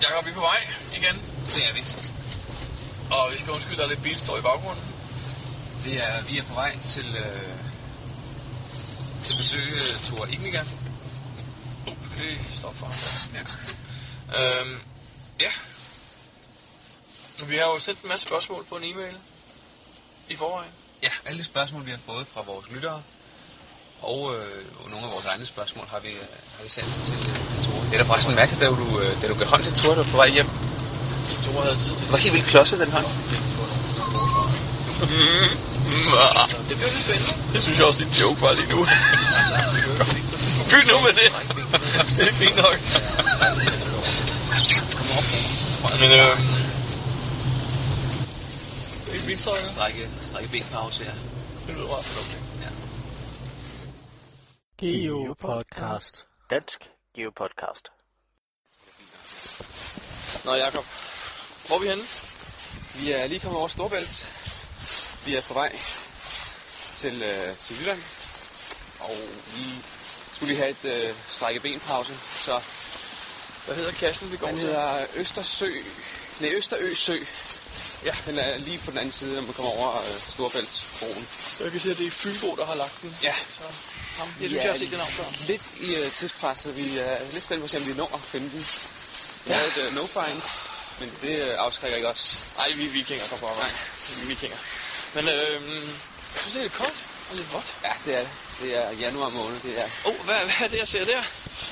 Jakob, vi er på vej igen. Det er vi. Og vi skal undskylde, der er lidt bilstøj i baggrunden. Vi er på vej til besøg Thor Igniga. Okay, stop for ham. Ja. Vi har jo sendt en masse spørgsmål på en e-mail i forvejen. Ja, alle de spørgsmål, vi har fået fra vores lyttere, og nogle af vores egne spørgsmål har vi sendt til Thor. Det er da forresten mærkeligt, da du gav hånd til Thor, der på vej hjem. Thor havde tid til det. Var helt vildt klodset, den hånd. Det bliver lidt spændende. Det synes jeg også, din joke var lige nu. Byt nu med det. Det er fint nok. Men en bilstøj. Strække benpause, ja. Det lyder ret. Ja. Geopodcast. Dansk Geopodcast. Nå Jakob, hvor er vi henne? Vi er lige kommet over Storebælt. Vi er på vej til Jylland. Og vi skulle lige have et strække benpause, så... Hvad hedder kassen, vi går til? Den hedder Østerø Sø. Ja, den er lige på den anden side, når man kommer over Storebæltsbroen. Jeg kan se, at det er Fynbo, der har lagt den. Ja. Så jeg synes, jeg har set den navn før. Lidt i tidspresset. Vi er lidt spændt på at se, om vi når at finde den. Vi har et no-find, men det afskrækker ikke os. Nej, vi er vikinger for pokker. Nej, vi er vikinger. Men jeg synes, det er lidt koldt og lidt vådt. Ja, det er det. Det er januar måned, det er... Hvad er det, jeg ser der?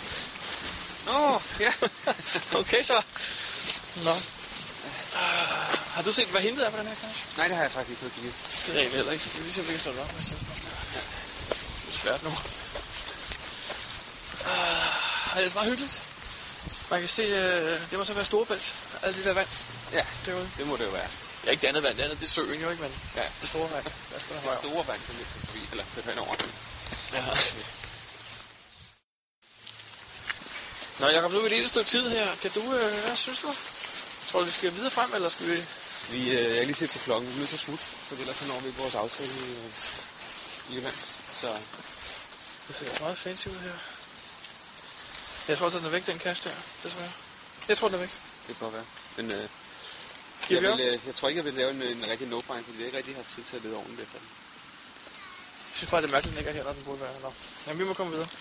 Ja. Okay, så. Nå. Har du set, hvad hintet er på den her kasse? Nej, det har jeg faktisk ikke fået kigget. Det er egentlig heller ikke, så vi simpelthen kan slå det op. Det er svært nu. Det er meget hyggeligt. Man kan se, det må så være Storebælt. Alt det der vand. Ja, det må det jo være. Ja, ikke det andet vand. Det andet, det er søen jo ikke, men ja. Det store vand. Det store vand, som vi kan forbi, eller kan tage over. Ja. Nå, Jakob, nu er vi lige et stykke tid her. Kan du, hvad synes du? Tror du, vi skal videre frem, eller skal vi... Jeg kan lige se på klokken. Vi er nødt til at slutte, for ellers så når vi vores aftale i Jylland. Så... Det ser også meget fancy ud her. Jeg tror også, at den er væk, den kasse der, desværre. Jeg tror, den er væk. Det kan godt være. Men jeg tror ikke, jeg vil lave en rigtig no-find, fordi jeg ikke rigtig har tid til at lede ordentligt efter den. Jeg synes bare, det er mærkeligt, den ikke er her, når den burde være her. Jamen, vi må komme videre.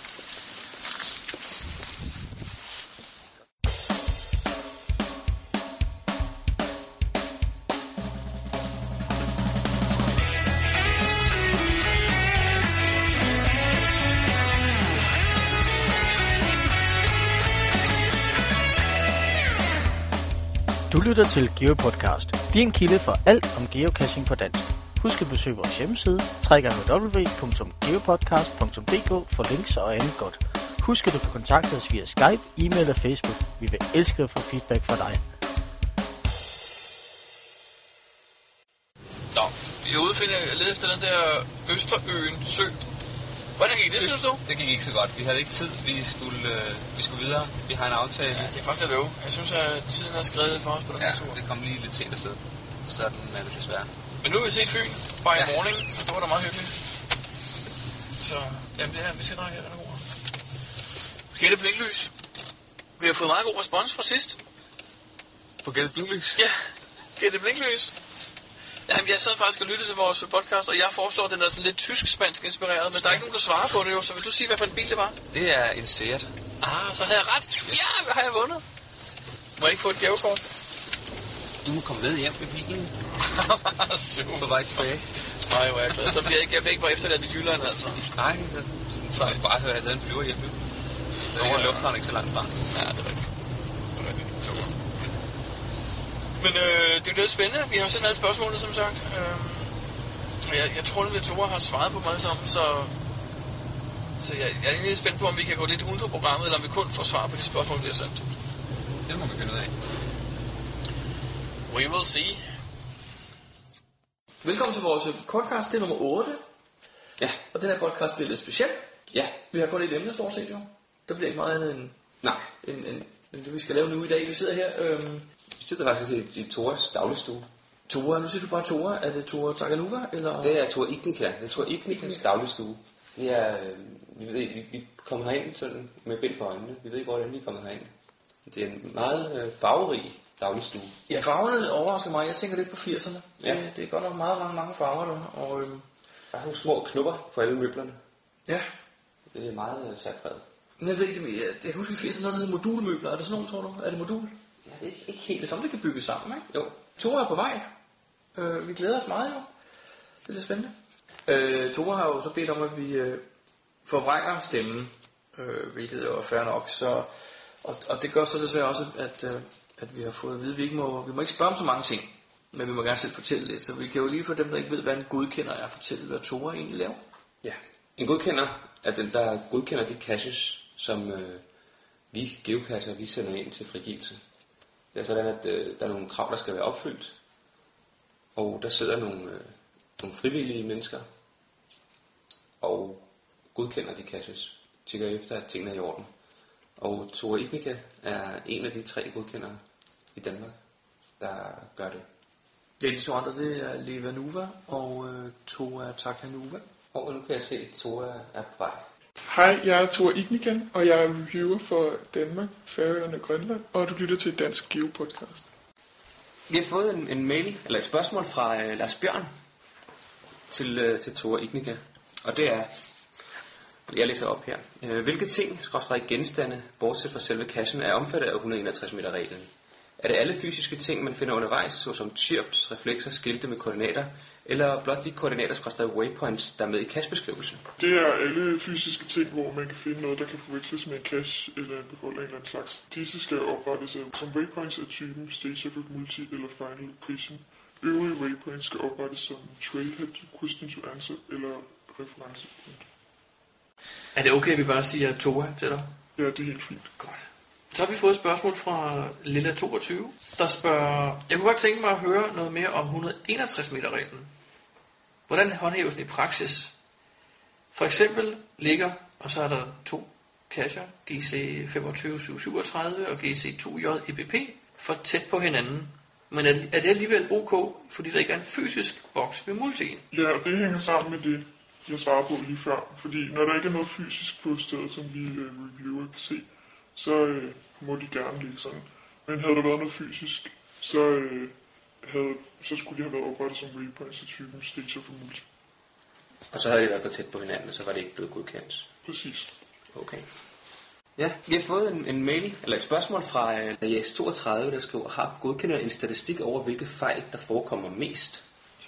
Du lytter til Geopodcast, din kilde for alt om geocaching på dansk. Husk at besøge vores hjemmeside, www.geopodcast.dk for links og andet godt. Husk at du kan kontakte os via Skype, e-mail og Facebook. Vi vil elske at få feedback fra dig. Nå, vi er ude at lede efter den der Østerøen Sø. Hvordan gik det, synes du? Det gik ikke så godt. Vi havde ikke tid. Vi skulle videre. Vi har en aftale. Ja, det er faktisk lidt øv. Jeg synes, at tiden er skrevet lidt for os på den her tur. Det kom lige lidt sent afsted. Sådan er det desværre. Men nu har vi set Fyn bare i morgen, og det var da meget hyggeligt. Så, jamen det er, vi sætter her, den er god. Gætte blinklys. Vi har fået meget god respons fra sidst. På Gætte blinklys? Ja, Gætte blinklys. Jamen, jeg sad faktisk og lyttede til vores podcast, og jeg foreslår, at den er sådan lidt tysk-spansk inspireret, men der er ikke nogen, der svarer på det jo, så vil du sige, hvad for en bil det var? Det er en Seat. Så havde jeg ret. Ja, hvad har jeg vundet? Må jeg ikke få et gavekort? Du må komme med hjem med bilen. Super. På vej tilbage. Nej, hvor er jeg glad. Så bliver jeg ikke bare efterladt i Jylland, altså. Nej, så bare have taget en flyver hjem nu. Der er lufthavn ikke så langt fra. Ja, det er rigtigt. Super. Men det er jo lidt spændende. Vi har sendt alle spørgsmålene, som sagt. Jeg tror, at Thor har svaret på meget sammen, så jeg er egentlig spændt på, om vi kan gå lidt uden for programmet, eller om vi kun får svar på de spørgsmål, vi har sendt. Det må vi finde ud af. We will see. Velkommen til vores podcast, det er nummer 8. Ja. Og den her podcast bliver lidt speciel. Ja. Vi har kun et emne, stort set jo. Der bliver ikke meget andet end... Nej. End det, vi skal lave nu i dag. Vi sidder her... Vi sidder faktisk i Thors dagligstue. Thor, nu siger du bare Thor. Er det Thor Taganuva, eller? Det er Thor Igniga. Det er Thor Ignigas dagligstue. Det er... Vi kommer herind sådan med bind for øjnene. Vi ved ikke, hvordan vi er kommet herind. Det er en meget farverig dagligstue. Ja, farverne overrasker mig. Jeg tænker lidt på 80'erne. Ja. Det er godt nok mange farver der. Og, Der er nogle små knupper på alle møblerne. ja, Det er meget særpræget. jeg ved ikke, jeg kan huske i 80'erne, noget der hedder modulmøbler. Er det sådan nogle, tror du? Er det modul? Ja, det er ikke helt Det er sådan, det kan bygges sammen, ikke? Jo. Tore er på vej. Vi glæder os meget jo. Det er lidt spændende. Tore har jo så bedt om, at vi forvrænger stemmen, hvilket jo er fair nok. Så, og det gør så desværre også, at vi har fået at vide, at vi må ikke spørge om så mange ting, men vi må gerne selv fortælle lidt. Så vi kan jo lige for dem, der ikke ved, hvad en godkender er, fortælle, hvad Tore egentlig laver. Ja. En godkender er den, der godkender de caches, som vi geocacher, vi sender ind til frigivelse. Det er sådan, at der er nogle krav, der skal være opfyldt. Og der sidder nogle frivillige mennesker og godkender de caches. Tjekker efter, at tingene er i orden. Og Tore Ignica er en af de 3 godkendere i Danmark, der gør det. Ja, de 2 andre, det er Levanuva og Tore Takanuva. Og nu kan jeg se, at Tore er på vej. Hej, jeg er Tore Ignica, og jeg er reviewer for Danmark, Færøerne og Grønland, og du lytter til et dansk geopodcast. Vi har fået en mail, eller et spørgsmål fra Lars Bjørn til Tore Ignica. Og det er, jeg læser op her. Hvilke ting, genstande, bortset fra selve cachen, er omfattet af 161 meter reglen? Er det alle fysiske ting, man finder undervejs, såsom chirps, reflekser, skilte med koordinater, eller blot de koordinater, waypoints, der er med i cache-beskrivelsen? Det er alle fysiske ting, hvor man kan finde noget, der kan forveksles med en cache eller en beholder eller en slags. Disse skal oprettes som waypoints af typen Stage Multi eller Final Location. Øvrige waypoints skal oprettes som Trailhead, Question to Answer eller referencepunkt. Er det okay, at vi bare siger Tore til dig? Ja, det er helt fint. Godt. Så har vi fået et spørgsmål fra Lilla22, der spørger, jeg kunne godt tænke mig at høre noget mere om 161 meter reglen. Hvordan håndhæves den i praksis? For eksempel ligger, og så er der 2 cacher, GC25737 og GC2JEBP, for tæt på hinanden. Men er det alligevel ok, fordi der ikke er en fysisk boks ved multien? Ja, og det hænger sammen med det, jeg svarede på lige før. Fordi når der ikke er noget fysisk på stedet, som vi reviewer kan se, så må de gerne ligge sådan. Men havde der været noget fysisk, så skulle de have været oprettet som waypoints af typen Stage Multi. Og så havde de været for tæt på hinanden, og så var det ikke blevet godkendt. Præcis. Okay. Ja, vi har fået en mail, eller et spørgsmål fra JS32, der skriver, har godkender en statistik over, hvilke fejl, der forekommer mest?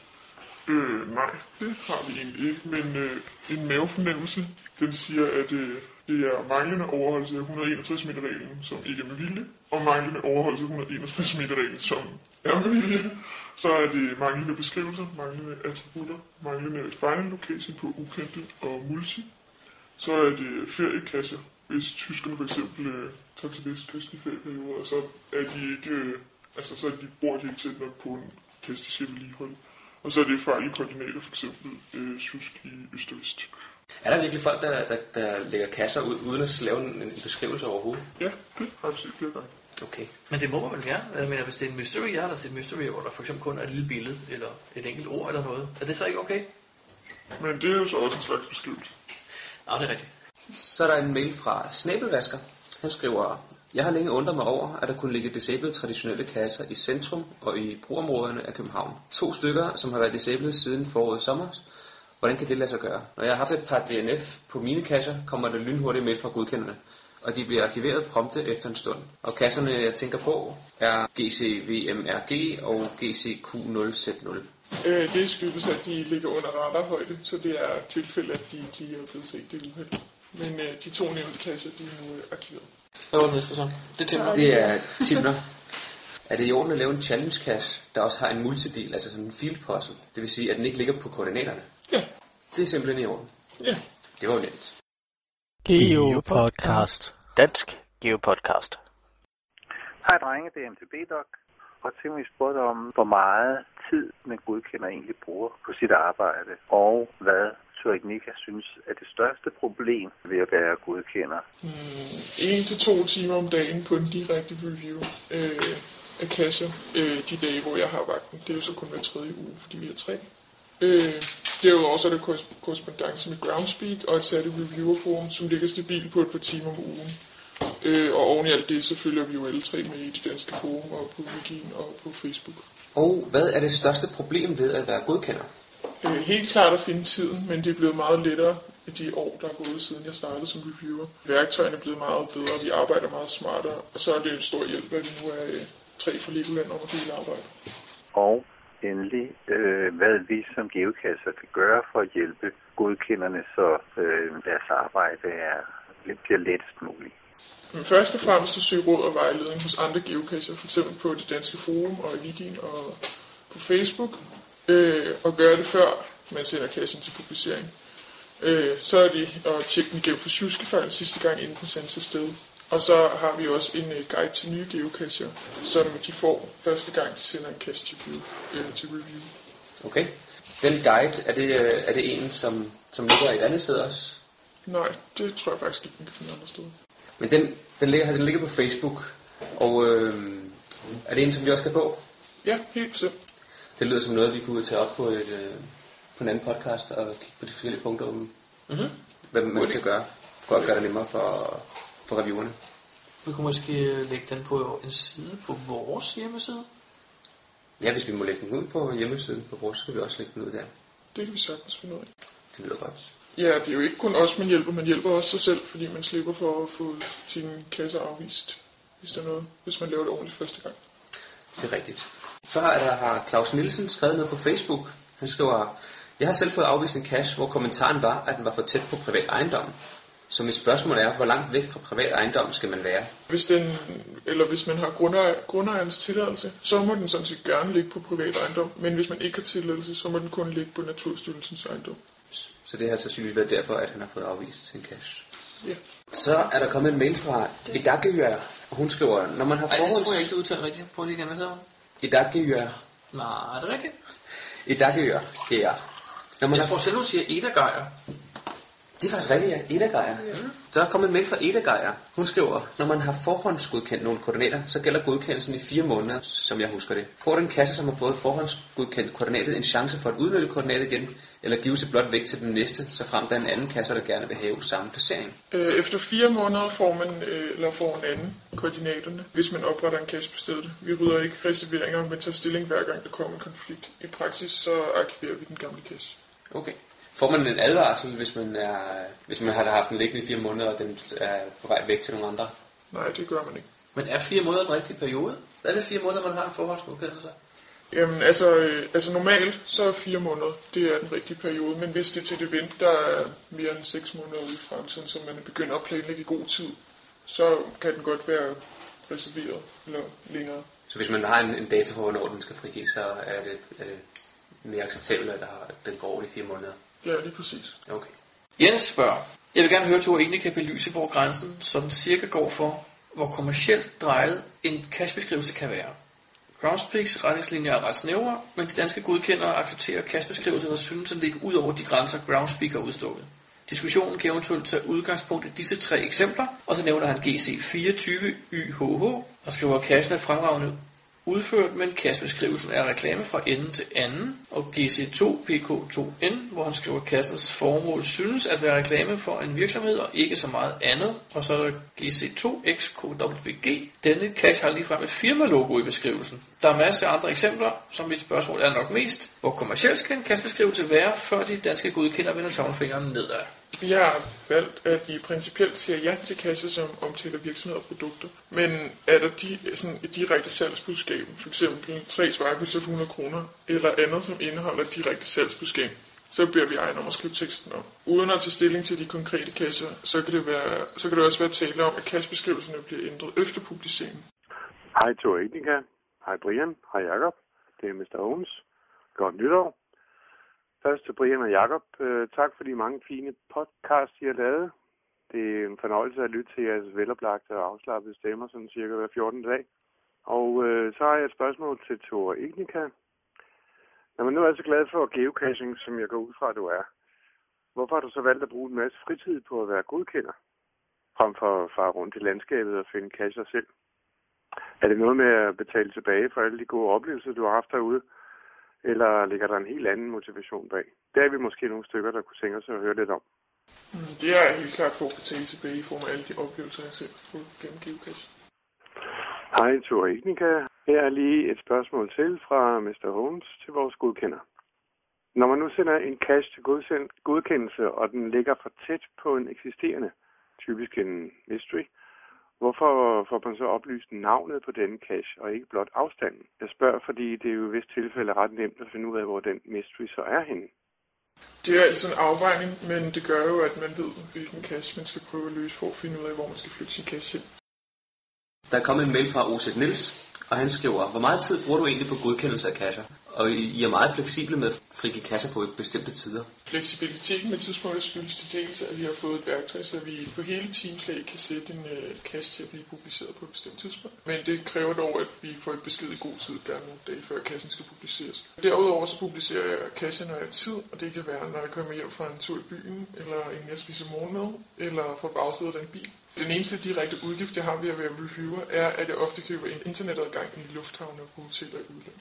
Nej, det har vi egentlig ikke, men en mavefornemmelse, den siger, at det er manglende overholdelse af 161 meter reglen, som ikke er med vilje, og manglende overholdelse af 161 meter reglen, som er med vilje. Så er det manglende beskrivelser, manglende attributter, manglende final location på ukendte og multi. Så er det feriekasser, hvis tyskerne for eksempel tager til Vestkysten i ferieperioder, så er de ikke, så bor de ikke tæt nok på en kasse, de skal vedligeholde. Og så er det fejl i koordinater, for eksempel sjusk i øst og vest. Er der virkelig folk, der lægger kasser ud, uden at lave en beskrivelse overhovedet? Ja, det har jeg set flere gange. Okay. Men det må man vel gerne. Jeg mener, hvis det er en mystery, jeg har da set mystery, hvor der for eksempel kun er et lille billede, eller et enkelt ord eller noget. Er det så ikke okay? Men det er jo så også en slags beskrivelse. Nej, det er rigtigt. Så er der en mail fra Snabelvasker. Han skriver, jeg har længe undret mig over, at der kunne ligge disablede traditionelle kasser i centrum og i brugerområderne af København. 2 stykker, som har været disablede siden foråret sommer. Hvordan kan det lade sig gøre? Når jeg har haft et par DNF på mine kasser, kommer der lynhurtigt mail fra godkenderne, og de bliver arkiveret prompte efter en stund. Og kasserne, jeg tænker på, er GCVMRG og GCQ0Z0. Det skyldes, at de ligger under radarhøjde, så det er tilfælde, at de er blevet set det uheld. Men de 2 nævnte kasser, de er nu arkiveret. Hvad var det næste så? Det er Timler. Er det i orden at lave en challenge cache, der også har en multidel, altså sådan en field puzzle? Det vil sige, at den ikke ligger på koordinaterne? Ja. Det er simpelthen i orden. Ja. Det var jo nemt. Geopodcast. Dansk Geopodcast. Hej drenge, det er MTB-Doc. Og til mig spurgte om, hvor meget tid man godkender egentlig bruger på sit arbejde, og hvad Tore Ignica synes er det største problem ved at være godkender. 1-2 timer om dagen på en direkte review af kasser, de dage, hvor jeg har vagten. Det er jo så kun hver 3. uge, fordi vi er 3. Derudover så er der korrespondance med Groundspeak og et særligt reviewerforum, som ligger stabilt på et par timer om ugen. Og oven i alt det, så følger vi jo alle tre med i de danske forum og på Wikien og på Facebook. Og hvad er det største problem ved at være godkender? Helt klart at finde tiden, men det er blevet meget lettere i de år, der er gået siden jeg startede som reviewer. Værktøjerne er blevet meget bedre, vi arbejder meget smartere, og så er det en stor hjælp, at vi nu er 3 fra Legoland om at dele arbejde. Og endelig, hvad vi som geocacher kan gøre for at hjælpe godkenderne, så deres arbejde bliver lettest muligt. Men først og fremmest at søge råd og vejledning hos andre geocacher, f.eks. på det danske forum og i Wikien og på Facebook, og gøre det før man sender cachen til publicering. Så er det at tjekke den igennem for sjuskefejl sidste gang, inden den sendes afsted. Og så har vi også en guide til nye geocacher, så de får første gang, de sender en cache til review. Okay. Den guide, er det en, som ligger et andet sted også? Nej, det tror jeg faktisk ikke, man kan finde andre steder. Men den ligger på Facebook, og er det en, som vi også kan få? Ja, helt bestemt. Det lyder som noget, vi kunne tage op på en anden podcast og kigge på de forskellige punkter om, hvad man kan gøre for at gøre det nemmere for reviewerne. Vi kunne måske lægge den på en side på vores hjemmeside. Ja, hvis vi må lægge den ud på hjemmesiden på vores, så kan vi også lægge den ud der. Det kan vi sagtens finde ud af. Det lyder godt. Ja, det er jo ikke kun os, man hjælper også sig selv, fordi man slipper for at få sine kasser afvist, hvis man laver det ordentligt første gang. Det er rigtigt. Så har Claus Nielsen skrevet noget på Facebook. Han skriver, jeg har selv fået afvist en cache, hvor kommentaren var, at den var for tæt på privat ejendom. Så mit spørgsmål er, hvor langt væk fra privat ejendom skal man være? Hvis man har grundejernes tilladelse, så må den sådan set gerne ligge på privat ejendom. Men hvis man ikke har tilladelse, så må den kun ligge på Naturstyrelsens ejendom. Så det har sandsynligvis været derfor, at han har fået afvist sin cache. Ja. Så er der kommet en mail fra Idaggyr, og hun skriver, når man har det tror jeg ikke, du udtaler rigtigt. Prøv lige igen, hvad hedder hun? Idaggyr. Nej, er det rigtigt? Idaggyr, ja. Jeg tror selv, hun siger Idaggyr. Det er faktisk rigtigt, ja. Idaggyr. Så er kommet en mail fra Idaggyr. Hun skriver, når man har forhåndsgodkendt nogle koordinater, så gælder godkendelsen i 4 måneder, som jeg husker det. Får den kasse, som har fået forhåndsgodkendt koordinatet, en chance for at udnytte koordinatet igen, eller gives det blot væk til den næste, så frem der er en anden kasse, der gerne vil have samme placering? Efter 4 måneder får en anden koordinaterne, hvis man opretter en kasse på stedet. Vi rydder ikke reserveringer, men tager stilling hver gang, der kommer en konflikt. I praksis så arkiverer vi den gamle kasse. Okay. Får man en advarsel, hvis man har haft den liggende i 4 måneder, og den er på vej væk til nogle andre? Nej, det gør man ikke. Men er 4 måneder den rigtige periode? Hvad er det 4 måneder, man har en forhåndsgodkendelse? Jamen, altså normalt, så er 4 måneder, det er den rigtige periode. Men hvis det er til et event, der er mere end 6 måneder ude i fremtiden, så man begynder at planlægge i god tid, så kan den godt være reserveret eller længere. Så hvis man har en dato for, hvornår den skal frigives, så er det mere acceptabelt, at den går over de 4 måneder? Ja, lige præcis. Okay. Jens spørger, jeg vil gerne høre, Thor egentlig kan belyse, hvor grænsen sådan cirka går for, hvor kommercielt drejet en cachebeskrivelse kan være. Groundspeaks retningslinjer er ret snævre, men de danske godkendere accepterer cachebeskrivelser, der synes at ligge ud over de grænser, Groundspeak har udstukket. Diskussionen kan eventuelt tage udgangspunkt i disse 3 eksempler, og så nævner han GC24 YHH og skriver, at cachen er fremragende udført, men cachebeskrivelsen er reklame fra ende til anden, og GC2PK2N, hvor han skriver, at cachens formål synes at være reklame for en virksomhed og ikke så meget andet, og så er der GC2XKWG. Denne cache har ligefrem et firmalogo i beskrivelsen. Der er masser af andre eksempler, som mit spørgsmål er nok mest. Hvor kommercielt skal en cachebeskrivelse være, før de danske godkendere vender tommelfingeren nedad? Vi har valgt, at vi principielt siger ja til kasser, som omtaler virksomheder og produkter. Men er der et direkte salgsbudskab, f.eks. 3 svejepølser for 100 kroner, eller andet, som indeholder et direkte salgsbudskab, så beder vi ejeren om at skrive teksten om. Uden at tage stilling til de konkrete kasser, så kan det også være tale om, at cashebeskrivelserne bliver ændret efter publiceringen. Hej Thor Ignika. Hej Brian. Hej Jakob. Det er Mr. Owens. Godt nytår. Først til Brian og Jakob. Tak for de mange fine podcasts, I har lavet. Det er en fornøjelse at lytte til jeres veloplagte og afslappede stemmer, sådan cirka hver 14. dag. Og så har jeg et spørgsmål til Thor Ignika. Når man nu er så glad for geocaching, som jeg går ud fra, at du er, hvorfor har du så valgt at bruge en masse fritid på at være godkender, frem for at fare rundt i landskabet og finde cacher selv? Er det noget med at betale tilbage for alle de gode oplevelser, du har haft derude? Eller ligger der en helt anden motivation bag? Der er vi måske nogle stykker, der kunne tænke os at høre lidt om. Det er helt klart for at betale tilbage i form af alle de oplevelser, jeg selv har fået gennem geocache. Hej, Tureknika. Her er lige et spørgsmål til fra Mr. Holmes til vores godkender. Når man nu sender en cache til godkendelse, og den ligger for tæt på en eksisterende, typisk en mystery, hvorfor får man så oplyst navnet på denne cache, og ikke blot afstanden? Jeg spørger, fordi det er jo i vist tilfælde ret nemt at finde ud af, hvor den mystery så er henne. Det er altså en afvejning, men det gør jo, at man ved, hvilken cache man skal prøve at løse for at finde ud af, hvor man skal flytte sin cache hen. Der er kommet en mail fra O.Z. Niels, og han skriver, hvor meget tid bruger du egentlig på godkendelse af cacher? Og I er meget fleksible med at frigive kasser på bestemte tider. Fleksibiliteten med tidspunktet skyldes til dels, at vi har fået et værktøj, så vi på hele teamslag kan sætte en cache til at blive publiceret på et bestemt tidspunkt. Men det kræver dog, at vi får et besked i god tid, gerne nogle dage før cachen skal publiceres. Derudover så publicerer jeg cachen, når jeg har tid, og det kan være, når jeg kommer hjem fra en tur i byen, eller inden jeg spiser morgenmad, eller fra bagsædet af en bil. Den eneste direkte udgift, jeg har ved at være reviewer, er, at jeg ofte køber en internetadgang i lufthavne og på hoteller i udlandet.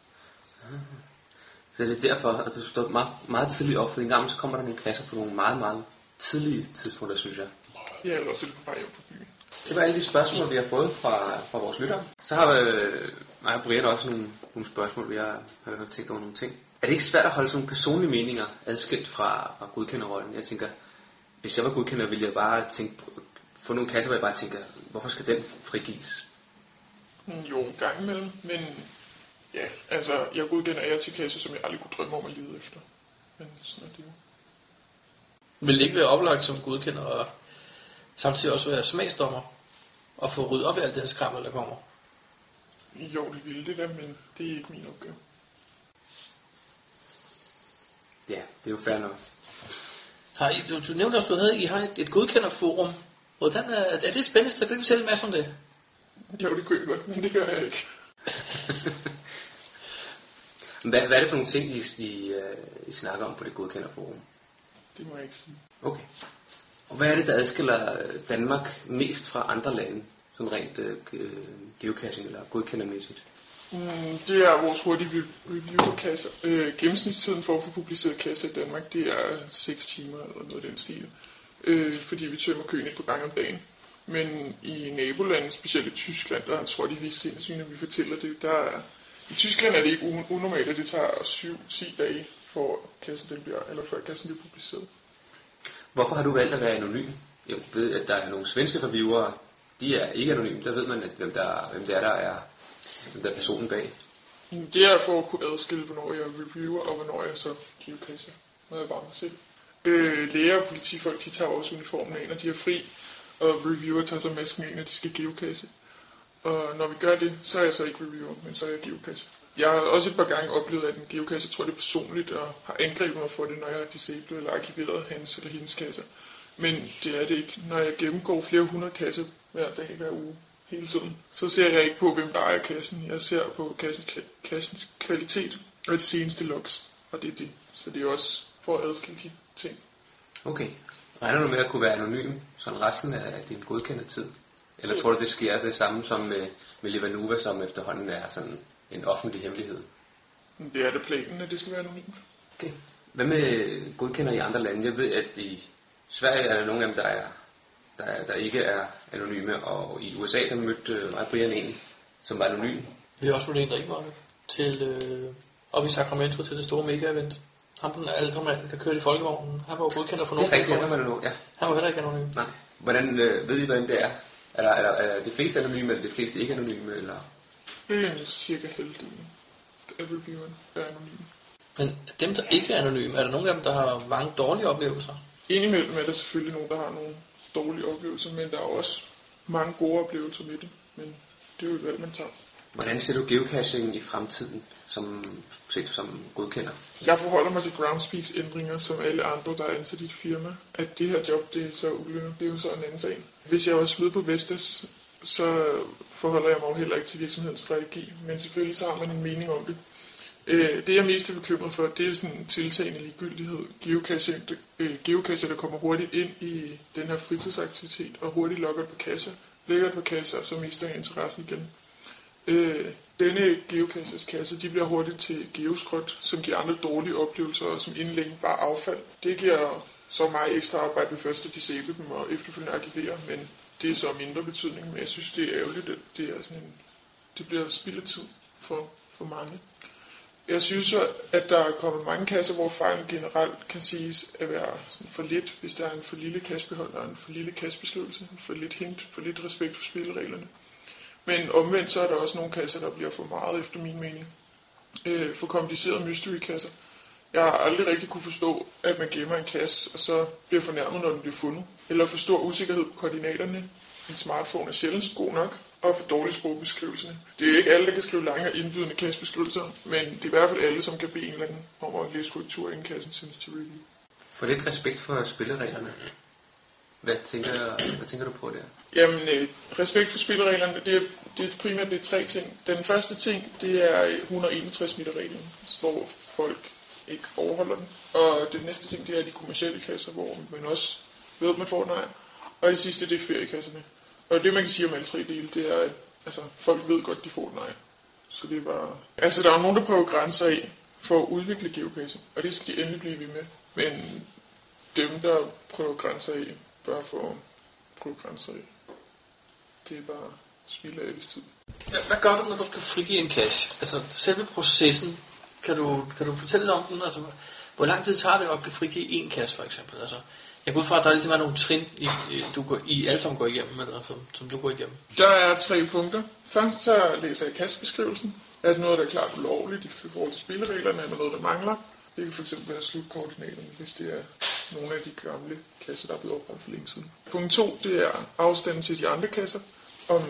Så det er derfor, at du står meget, meget tidligt op, for en gang så kommer der nogle kasser på nogle meget, meget tidlige tidspunkter, synes jeg. Ja, eller også er det på vej hjem fra byen. Det var alle de spørgsmål, vi har fået fra vores lyttere. Så har mig og Brian også nogle spørgsmål, vi har tænkt over nogle ting. Er det ikke svært at holde sådan nogle personlige meninger adskilt fra godkenderrollen? Jeg tænker, hvis jeg var godkender, ville jeg bare få nogle kasser, hvor jeg bare tænker, hvorfor skal den frigives? Jo, en gang imellem, men ja, altså jeg godkender jer til kasser, som jeg aldrig kunne drømme om at lede efter. Men sådan er det jo. Vil det ikke være oplagt som godkender og samtidig også være smagsdommer og få ryddet op i alt det her skrammel, der kommer? Jo, det ville det da, men det er ikke min opgave. Ja, det er jo fair nok. Du nævnte også, at I har et godkenderforum. Hvordan er det spændende? Så kan du fortælle en masse om det? Jo, det kunne jeg godt, men det gør jeg ikke. Hvad er det for nogle ting, I snakker om på det godkenderforum? Det må jeg ikke sige. Okay. Og hvad er det, der adskiller Danmark mest fra andre lande, som rent geocaching eller godkendermæssigt? Det er vores hurtige review-kasser. Gennemsnitstiden for at få publiceret kasser i Danmark, det er 6 timer eller noget af den stil. Fordi vi tømmer køen et par gange om dagen. Men i nabolandet, specielt i Tyskland, der tror de vist sindssygt, at vi fortæller det. I Tyskland er det ikke unormalt, at det tager 7-10 dage for kassen før kassen bliver publiceret. Hvorfor har du valgt at være anonym? Jeg ved, at der er nogle svenske reviewere, de er ikke anonyme. Der ved man, at hvem det er personen bag. Det er for at kunne adskille, hvornår jeg er reviewer, og hvornår jeg så geocacher, når jeg bare mig selv. Læger og politifolk, de tager også uniformen af, når de er fri, og reviewer tager så masken af, når de skal geocache. Og når vi gør det, så er jeg så ikke reviewer, men så er jeg geocacher. Jeg har også et par gange oplevet, at en geocacher tror det er personligt, og har angrebet mig for det, når jeg har disablet eller arkiveret hans eller hendes kasser. Men det er det ikke. Når jeg gennemgår flere 100 kasser hver dag, hver uge, hele tiden, så ser jeg ikke på, hvem der ejer kassen. Jeg ser på kassens kvalitet og de seneste logs, og det er det. Så det er også for at adskille de ting. Okay. Regner du med at kunne være anonym sådan resten af din godkendte tid? Eller tror du, det sker det samme som med Livanuva, som efterhånden er sådan en offentlig hemmelighed? Det er det planen, at det skal være anonymt. Okay. Hvad med godkender i andre lande? Jeg ved, at i Sverige er der nogle af dem, der ikke er anonyme, og i USA der mødte mig Brian en, som var anonym. Vi har også mødt en, der ikke var til op i Sacramento til det store mega-event. Ham den ældre mand, der kørte i folkevognen, han var jo godkendt for nogle. Det er rigtigt, han var anonym, ja. Han var heller ikke anonym. Nej. Hvordan ved I, hvordan det er? Er de fleste anonyme, eller de fleste ikke anonyme, eller? Det er cirka halvdelen af reviewerne, der er anonyme. Men dem, der ikke er anonyme, er der nogle af dem, der har mange dårlige oplevelser? Indimellem er der selvfølgelig nogen, der har nogle dårlige oplevelser, men der er også mange gode oplevelser med det. Men det er jo et valg, man tager. Hvordan ser du geocaching i fremtiden, som godkender? Jeg forholder mig til Groundspeaks ændringer, som alle andre, der er ansat i et firma. At det her job, det er så ulønnet, det er jo så en anden sag. Hvis jeg også med på Vestas, så forholder jeg mig jo heller ikke til virksomhedens strategi. Men selvfølgelig så har man en mening om det. Det jeg mest er bekymret for, det er sådan en tiltagende ligegyldighed. Geocacher, der kommer hurtigt ind i den her fritidsaktivitet, og hurtigt lægger på kasser, og så mister jeg interessen igen. Denne geocachers kasser, de bliver hurtigt til geoskrot, som giver andre dårlige oplevelser, og som inden længe bare affald. Det giver så meget ekstra arbejde ved først at disable dem og efterfølgende arkivere, men det er så mindre betydning, men jeg synes, det er ærgerligt, at det bliver spild af tid for mange. Jeg synes, at der er kommet mange kasser, hvor fejlen generelt kan siges at være sådan for lidt, hvis der er en for lille kassebeholder, en for lille kassebeskrivelse, for lidt hint, for lidt respekt for spillereglerne. Men omvendt så er der også nogle kasser, der bliver for meget efter min mening. For komplicerede mystery-kasser. Jeg har aldrig rigtig kunne forstå, at man gemmer en kasse, og så bliver fornærmet, når den bliver fundet. Eller for stor usikkerhed på koordinaterne. En smartphone er sjældent god nok, og for dårlige sprogbeskrivelserne. Det er ikke alle, der kan skrive lange og indbydende kassebeskrivelser, men det er i hvert fald alle, som kan bede en eller anden om at læse korrektur, inden kassen sendes til review. For lidt respekt for spillereglerne. Hvad tænker du på der? Jamen, respekt for spillereglerne, det er primært det er 3 ting. Den første ting, det er 161 meter-reglen, hvor folk ikke overholder den. Og det næste ting, det er de kommercielle kasser, hvor man også ved, at man får nej. Og det sidste, det er feriekasserne. Og det, man kan sige om alle 3 dele, det er, at folk ved godt, de får nej. Så det er bare... Altså, der er jo nogen, der prøver grænser af for at udvikle geocaching, og det skal de endelig blive ved med. Men dem, der prøver grænser af, bør få prøve grænser af. Det er bare spild af alles tid. Hvad gør du, når du skal frigive en cache? Altså, selve processen, kan du fortælle om den? Altså, hvor lang tid tager det at frigive en cache, for eksempel? Altså, jeg går ud fra, at der ligesom er nogle trin, I alle sammen går igennem, eller som du går igennem. Der er 3 punkter. Først så læser jeg kastebeskrivelsen. Er det noget, der er klart ulovligt i forhold til spillereglerne? Er der noget, der mangler? Det kan fx være slutkoordinaterne, hvis det er nogle af de gamle kasser, der er blevet oprettet for længe siden. Punkt 2, det er afstanden til de andre kasser. Om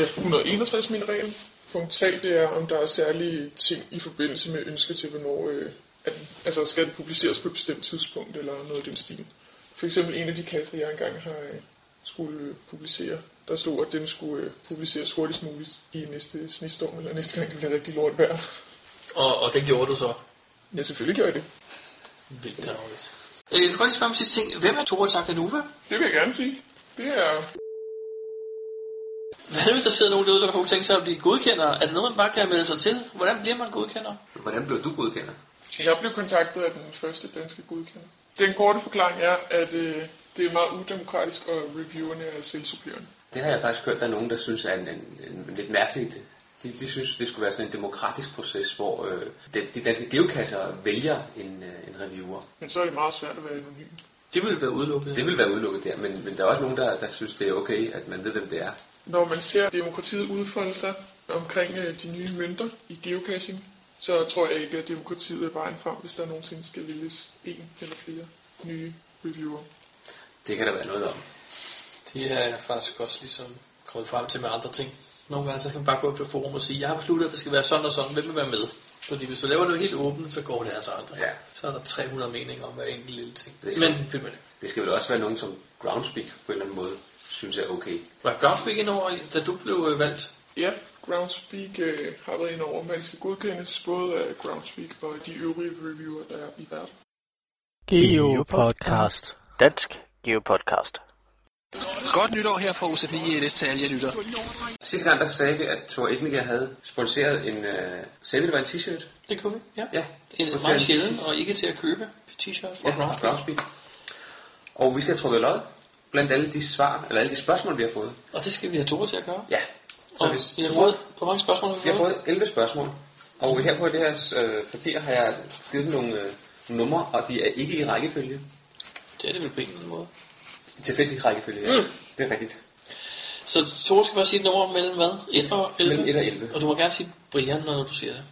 161 meter reglen. Punkt 3, det er, om der er særlige ting i forbindelse med ønsker til, hvornår altså skal det publiceres på et bestemt tidspunkt, eller noget af den stil. For eksempel en af de kasser, jeg engang har skulle publicere, der stod, at den skulle publiceres hurtigst muligt i næste snestorm, eller næste gang det bliver rigtig lort vejr. Og det gjorde du så? Ja, selvfølgelig gjorde jeg det. Vildt travligt. Jeg vil godt spørge om sidste ting. Hvem er Tore Takanuva? Det vil jeg gerne sige. Det er... Hvad hvis der sidder nogen derude, der kunne tænke sig at blive godkender? Er det noget, man bare kan melde sig til? Hvordan bliver man godkender? Hvordan blev du godkender? Jeg blev kontaktet af den første danske godkender. Den korte forklaring er, at det er meget udemokratisk, og reviewerne er selvsupplerende. Det har jeg faktisk hørt, der er nogen, der synes er en lidt mærkeligt. De synes, det skulle være sådan en demokratisk proces, hvor de danske geocacher vælger en reviewer. Men så er det meget svært at være anonym. Det vil være udelukket. Det vil være udelukket der, men der er også nogen, der synes, det er okay, at man ved, hvem det er. Når man ser demokratiet udfolde sig omkring de nye mønter i geocaching, så tror jeg ikke, at demokratiet er vejen frem, hvis der nogensinde skal vælges en eller flere nye reviewer. Det kan der være noget om. Det er jeg faktisk også ligesom kommet frem til med andre ting. Nogle gange så kan man bare gå på forum og sige, jeg har besluttet, at det skal være sådan og sådan, hvem vil være med? Fordi hvis du laver noget helt åbent, så går det altså aldrig. Ja. Så er der 300 meninger om hver enkelt lille ting. Det skal vel også være nogen, som Groundspeak på en eller anden måde synes er okay. Var Groundspeak indover, da du blev valgt? Ja, Groundspeak har været indover, men det skal godkendes både af Groundspeak og de øvrige reviewer, der er i verden. Geopodcast. Dansk Geopodcast. Godt nytår her fra UZ9 ELS til alle jer lytter. Sidste gang der sagde vi, at Thor Igniger havde sponsoreret en... sagde vi, det var en t-shirt? Det kunne vi, ja. En meget sjælden og ikke til at købe t-shirt fra Groundspeak. Og vi skal have trukket lod blandt alle de svar, eller alle de spørgsmål, vi har fået. Og det skal vi have Tore til at gøre? Ja. Så og vi har fået, hvor mange spørgsmål har vi fået? Vi har fået 11 spørgsmål. Og her på det her papir har jeg givet dem nogle numre, og de er ikke i rækkefølge. Det er det vel på en eller anden måde. Tilfældig rækkefølge, ja. Det er rigtigt. Så Tore skal bare sige et nummer mellem hvad? 1 og 11? Mellem 1 og 11. Og du må gerne sige Brian, når du siger det.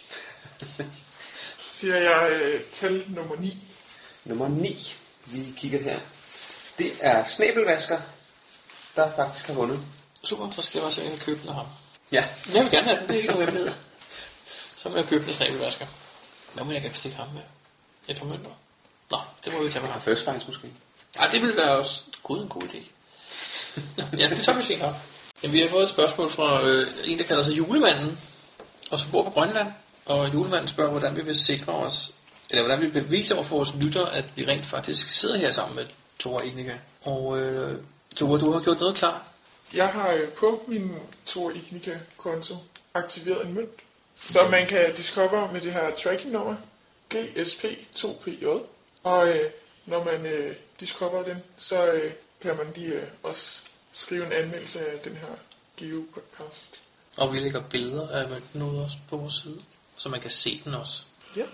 Siger jeg tal nummer 9. Nummer 9. Vi kigger her. Det er Snabelvasker, der faktisk har vundet. Super, så skal jeg også købe den af ham. Ja. Jeg vil gerne have den, det er ikke noget hemmelighed. Så må jeg købe den af Snabelvasker. Hvad må jeg kan stikke ham med? Et par mønter? Nå, det må vi tage med ham. First Finds måske. Ej, det ville være også en god idé. Ja, det er så vi se her. Jamen, vi har fået et spørgsmål fra en, der kalder sig Julemanden, og som bor på Grønland. Og Julemanden spørger, hvordan vi vil sikre os, eller hvordan vi beviser over for vores lytter, at vi rent faktisk sidder her sammen med Tore Igniga. Og Tore, du har gjort noget klar. Jeg har på min Tore Igniga-konto aktiveret en mønt, så man kan discover med det her tracking-nummer GSP2PJ. Og når man discoverer den, så kan man lige også skrive en anmeldelse af den her Geo-podcast. Og vi lægger billeder af mønten også på vores side, så man kan se den også. Ja.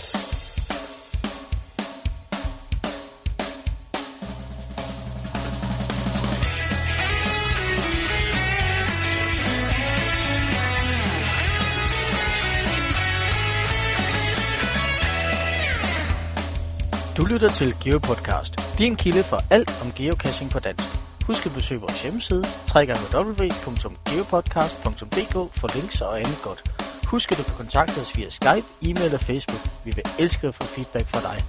Du lytter til GeoPodcast, din kilde for alt om geocaching på dansk. Husk at besøge vores hjemmeside, www.geopodcast.dk for links og andet godt. Husk at du kan kontakte os via Skype, e-mail og Facebook. Vi vil elske at få feedback fra dig.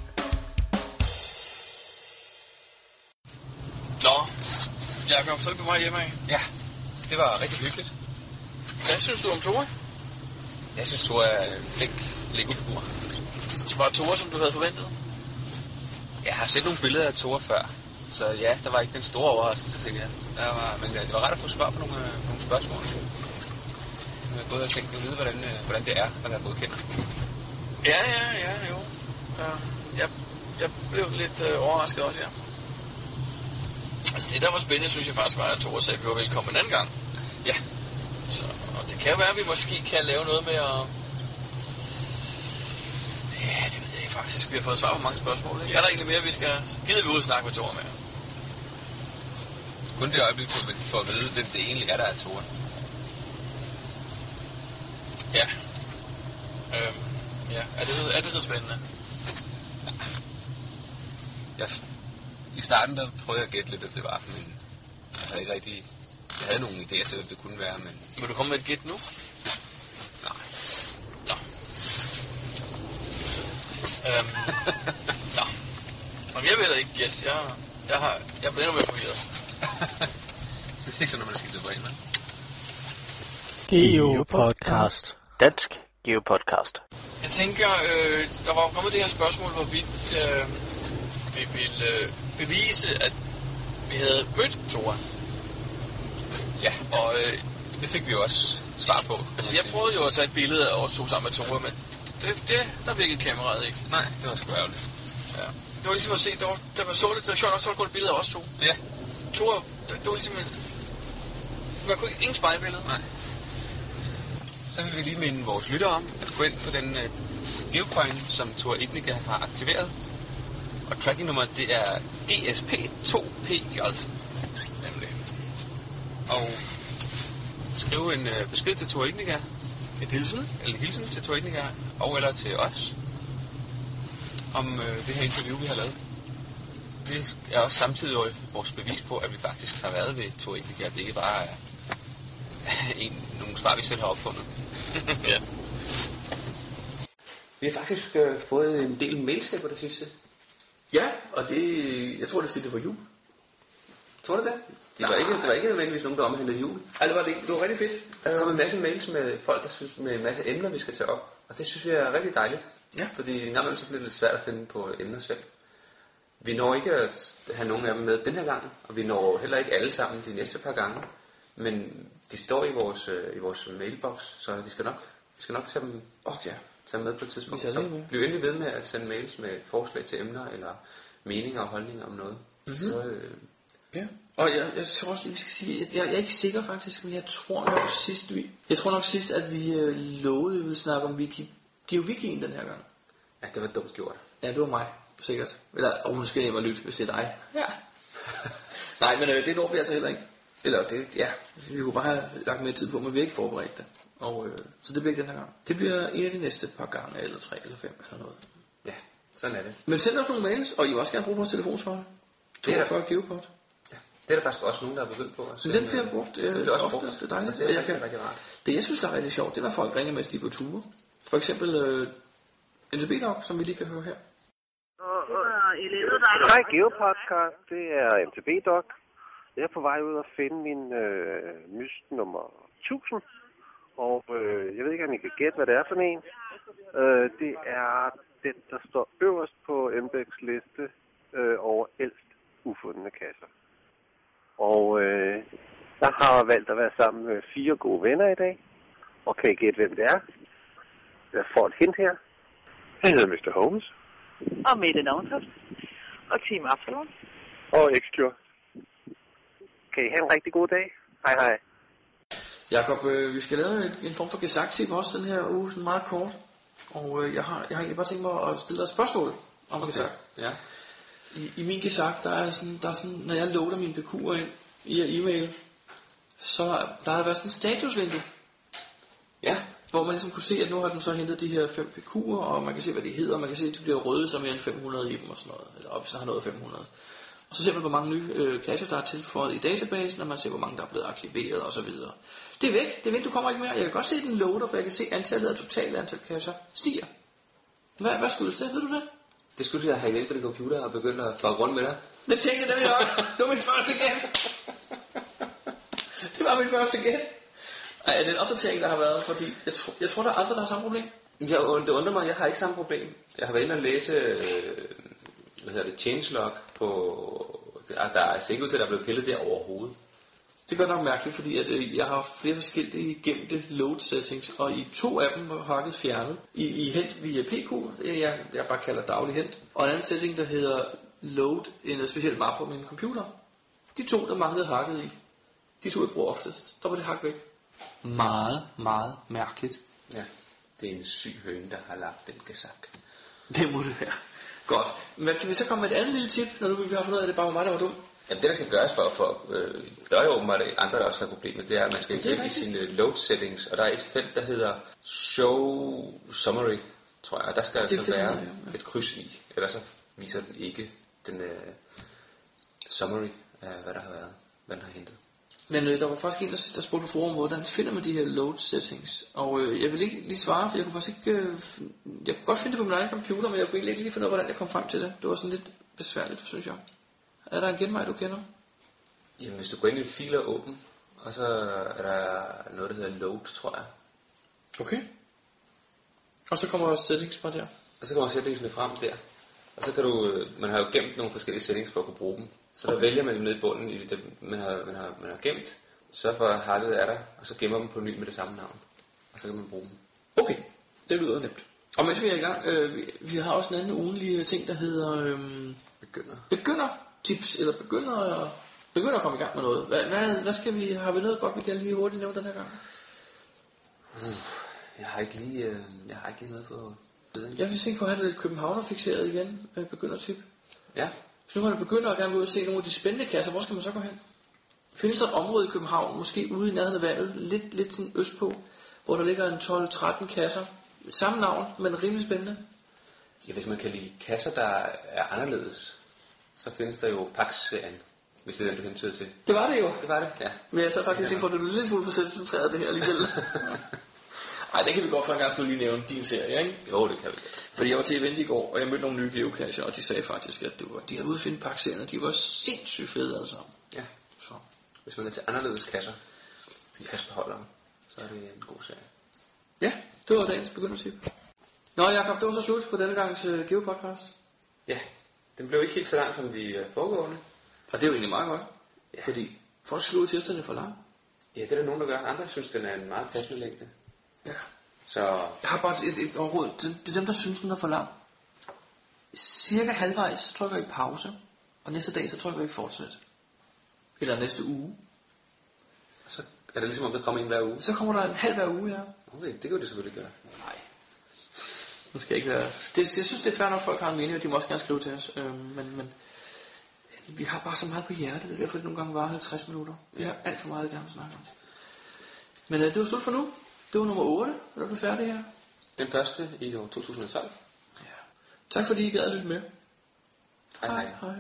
Nå, Jakob, så er vi på vej hjemme af. Ja, det var rigtig hyggeligt. Hvad synes du om Thora? Jeg synes, Thora er en flink Lego-figur. Var Thora, som du havde forventet? Jeg har set nogle billeder af Thora før, så ja, der var ikke den store overraskelse, tænker jeg. Men det var ret at få svar på nogle spørgsmål. Jeg har gået og tænkt at vide, hvordan det er, hvad der er godkender. Ja, jo. Jeg blev lidt overrasket også, ja. Altså det, der var spændende, synes jeg faktisk var, at Thora sagde, at vi var velkommen en anden gang. Ja. Så, og det kan være, at vi måske kan lave noget med at... Ja, det ved jeg faktisk. Vi har fået svar på mange spørgsmål, ikke? Er der egentlig mere, vi skal... Gider vi ud og snakke med Thora med? Kun det øjeblik for at vide, hvem det egentlig er, der er Thora. Ja. Ja, er det så spændende? Ja. I starten der prøvede jeg at gætte lidt, hvad det var, men jeg havde ikke rigtig... Jeg havde nogle idéer til, hvad det kunne være, men... Vil du komme med et gæt nu? Nej. Nå. Nå. Men jeg vil heller ikke gætte. Jeg bliver endnu mere forvirret. Det er ikke sådan, når man skal til forældre. GeoPodcast. Dansk GeoPodcast. Jeg tænker, der var jo kommet det her spørgsmål, hvorvidt vi ville bevise, at vi havde mødt Thora. Ja, og det fik vi jo også svar på. Altså jeg prøvede jo at tage et billede af os to sammen med Thora, men der virkede kameraet ikke. Nej, det var sgu ærgerligt. Ja. Det var ligesom at se, der var sjovt nok, så var der kun et billede af os to. Ja. Thora, det var ligesom man kunne ingen spejlbillede. Nej. Så vil vi lige minde vores lyttere om at gå ind på den geocoin, som Thora Ignica har aktiveret. Og tracking-nummeret, det er GSP2PJ. Nemlig. Og skrive en besked til Thora Ignica. En hilsen? Eller hilsen til Thora Ignica, og eller til os. Om det her interview, vi har lavet. Det er også samtidig vores bevis på, at vi faktisk har været ved Thora Ignica. Det ikke bare er nogle svar, vi selv har opfundet. Ja. Vi har faktisk fået en del mails her på det sidste. Ja, og det... Jeg tror, det var jul. Tror du det? Det var ikke nødvendigvis nogen, der omhandlede jul. Ej, det var det ikke. Det var rigtig fedt. Der kom en masse mails med folk, der synes med en masse emner, vi skal tage op. Og det synes vi er rigtig dejligt. Ja. Fordi en gang så bliver det lidt svært at finde på emner selv. Vi når ikke at have nogen af dem med den her gang, og vi når heller ikke alle sammen de næste par gange. Men de står i vores mailbox, så vi skal nok tage dem med på et tidspunkt. Så bliv endelig ved med at sende mails med forslag til emner eller meninger og holdninger om noget. Mm-hmm. Så, ja. Og jeg tror også, vi skal sige, jeg er ikke sikker faktisk, men jeg tror nok sidst, at vi lovede, at vi ville snakke om GeoWikien den her gang. Ja, det var dumt gjort. Ja, det var mig, sikkert. Eller, hun skal hjem og lytte, hvis det er dig. Ja. Nej, men det når vi altså heller ikke. Eller det, ja, vi kunne bare have lagt mere tid på, men vi har ikke forberedt det. Og, så det bliver ikke den her gang. Det bliver en af de næste par gange, eller 3 eller 5 eller noget. Ja, sådan er det. Men send os nogle mails, og I vil også gerne bruge vores telefonsvar. 42 GeoPod. Ja, det er der faktisk også nogen, der er begyndt på. Men den bliver brugt. Det bliver også brugt. Det er dejligt. Det er rigtig rart. Det jeg synes der er rigtig sjovt, det er når folk ringer, mens de er på ture. For eksempel MTB-dog, som vi lige kan høre her. Hej GeoPodcast, det er MTB-dog. Jeg er på vej ud og finde min myst nummer 1000. Og jeg ved ikke, om I kan gætte, hvad det er for en. Det er den, der står øverst på MBEX liste over ældst ufundne kasser. Og jeg har valgt at være sammen med 4 gode venner i dag. Og kan I gætte, hvem det er? Jeg får et hint her. Han hedder Mr. Holmes. Og Mette Navntoft. og Team Absalon. Og X-Cure. Kan I have en rigtig god dag? Hej hej. Jakob, vi skal lave en form for gesagt-tip også den her uge, sådan meget kort. Og jeg har egentlig bare tænkt mig at stille dig et spørgsmål om gesagt. Ja. I min gesagt, der er sådan, når jeg loader mine PQ'er ind i e-mail, så der har været sådan en statusvindue. Ja. Hvor man ligesom kunne se, at nu har den så hentet de her 5 PQ'er, og man kan se, hvad de hedder, og man kan se, at de bliver røde som mere end 500 i dem og sådan noget, eller op, så har nået 500. Og så ser man, hvor mange nye cacher, der er tilføjet i databasen, og man ser, hvor mange, der er blevet arkiveret og så videre. Det er væk, du kommer ikke mere. Jeg kan godt se den loader, for jeg kan se, at antallet af totalt antal cacher stiger. Hvad skyldes det? Ved du det? Det skulle jeg have hjælpet din computer og begyndt at fuck rundt med dig. Det tænkte jeg nemlig nok. Det var mit første gæt. Det var mit første gæt. Ej, er det en opdatering, der har været? Fordi jeg tror, der er andre, der har samme problem. Det undrer mig, jeg har ikke samme problem. Jeg har været inde og læse, changelog på... Der er sikkert ud til, at der er blevet pillet der overhovedet. Det gør nok mærkeligt, fordi at, jeg har flere forskellige gemte load settings, og i 2 af dem var hakket fjernet. I hent via PQ, jeg bare kalder daglig hent, og en anden setting, der hedder load en speciel map på min computer. De 2, der manglede hakket i, de 2, jeg bruger oftest, der var det hakket væk. Meget, meget mærkeligt. Ja, det er en syg høne, der har lagt den gesagt. Det må det være. Godt. Men kan vi så komme med et andet lille tip, når nu vi har fundet ud af, at det bare var mig, der var dum? Jamen det der skal gøres der er jo åbenbart andre, der også har problemer. Det er, at man skal hjem i sine load settings, og der er et felt, der hedder Show Summary, tror jeg. Og der skal altså være et kryds i, ellers så viser den ikke den summary af, hvad der har været, hvad den har hentet. Men der var faktisk en, der spurgte på forum, hvordan finder man de her load settings? Og jeg vil ikke lige svare, for jeg kunne faktisk ikke... jeg kunne godt finde det på min egen computer, men jeg kunne ikke lige finde ud af, hvordan jeg kom frem til det. Det var sådan lidt besværligt, synes jeg. Er der en genvej, du kender? Jamen, hvis du går ind i filer og åbn, og så er der noget, der hedder load, tror jeg. Okay. Og så kommer også settings fra der. Og så kommer settingsene frem der. Og så kan du... Man har jo gemt nogle forskellige settings for at kunne bruge dem. Så der vælger man ned i bunden i det, man har gemt. Sørg for, at hakket er der, og så gemmer dem på ny med det samme navn. Og så kan man bruge dem. Okay, det lyder nemt. Og mens vi er i gang, vi har også en anden ugenlig ting, der hedder... Begynder-tips, eller begynder at komme i gang med noget. Hvad skal vi... Har vi noget godt, vi kan lige hurtigt nævne den her gang? Jeg har ikke lige noget på bedring. Jeg vil tænke på at have det lidt københavner-fikseret igen. Begynder-tip. Ja. Så nu kan man begynde at gerne ud og se nogle af de spændende kasser. Hvor skal man så gå hen? Findes der et område i København, måske ude i nærheden af vandet, lidt sådan østpå, hvor der ligger en 12-13 kasser. Samme navn, men rimelig spændende. Ja, hvis man kan lide kasser, der er anderledes, så findes der jo Pax-serien, hvis det er den, du hentyder til. Det var det jo. Det var det, ja. Men jeg så faktisk tænkt på, at det er lidt smule for centreret det her alligevel. Ej, det kan vi godt for en gang skulle lige nævne din serie, ikke? Jo, det kan vi. Fordi jeg var til event i går, og jeg mødte nogle nye geocacher, og de sagde faktisk, at de havde ude at finde Pax-serien, og de var sindssygt fede alle sammen. Ja, så. Hvis man er til anderledes kasser, kassebeholdere, så er det en god serie. Ja, det var dagens begyndertip. Nå Jakob, det var så slut på denne gangs Geo-podcast. Ja, den blev ikke helt så lang som de foregående. Og det er jo egentlig meget godt, ja. Fordi folk skriver til, at den er for lang. Ja, det er der nogen, der gør. Andre synes, den er en meget passende længde. Ja. Så... Jeg har bare et råd. Det er dem, der synes, den er for lang. Cirka halvvejs, så trykker I pause. Og næste dag, så trykker I fortsæt. Eller næste uge. Så er det ligesom, om der kommer en hver uge? Så kommer der en halv hver uge, ja. Okay, det kan det selvfølgelig gøre. Nej. Nu skal jeg ikke være... Jeg synes, det er fair nok, at folk har en mening, og de må også gerne skrive til os. Men vi har bare så meget på hjertet. Det er derfor, det nogle gange varer 50 minutter. Vi har alt for meget, vi gerne vil snakke om. Men det var slut for nu. Det var nummer 8, der blev færdig her. Den første i år 2012. Ja. Tak fordi I gad at lytte med. Hej. Hej.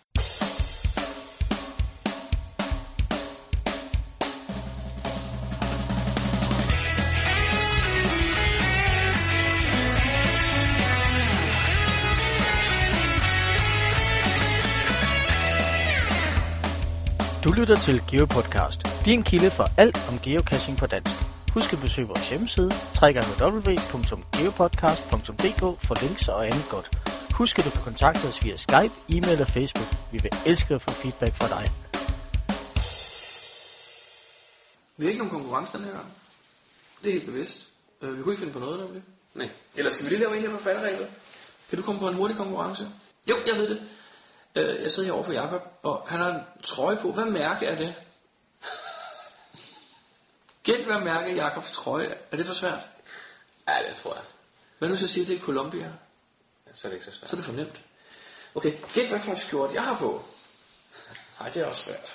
Du lytter til GeoPodcast, din kilde for alt om geocaching på dansk. Husk at besøge vores hjemmeside, www.geopodcast.dk for links og andet godt. Husk at du kan kontakte os via Skype, e-mail og Facebook. Vi vil elske at få feedback fra dig. Vi har ikke nogen konkurrence den her gang. Det er helt bevidst. Vi kunne ikke finde på noget, nemlig. Nej. Eller skal vi lige lave en her på falderæbet? Kan du komme på en hurtig konkurrence? Jo, jeg ved det. Jeg sidder herovre for Jakob, og han har en trøje på. Hvad mærke er det? Gæt, hvad mærke Jakobs trøje? Er det for svært? Ja, det tror jeg. Hvad nu så siger det er Columbia? Ja, så er det ikke så svært. Så er det for nemt. Okay, gæt hvad for en skjort jeg har på? Nej, det er også svært.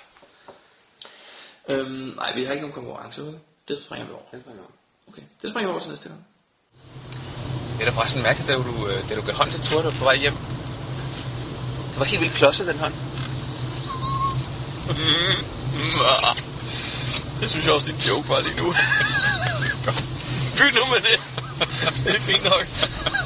Nej, vi har ikke nogen konkurrence ude. Det springer vi over. Okay, det springer vi over til næste gang. Det er da forresten mærkeligt, da du gav hånd til Tore, på vej hjem. Det var helt vildt klodset, den hånd. Jeg synes også, din joke var lige nu. Byt nu med det. Det er fint nok.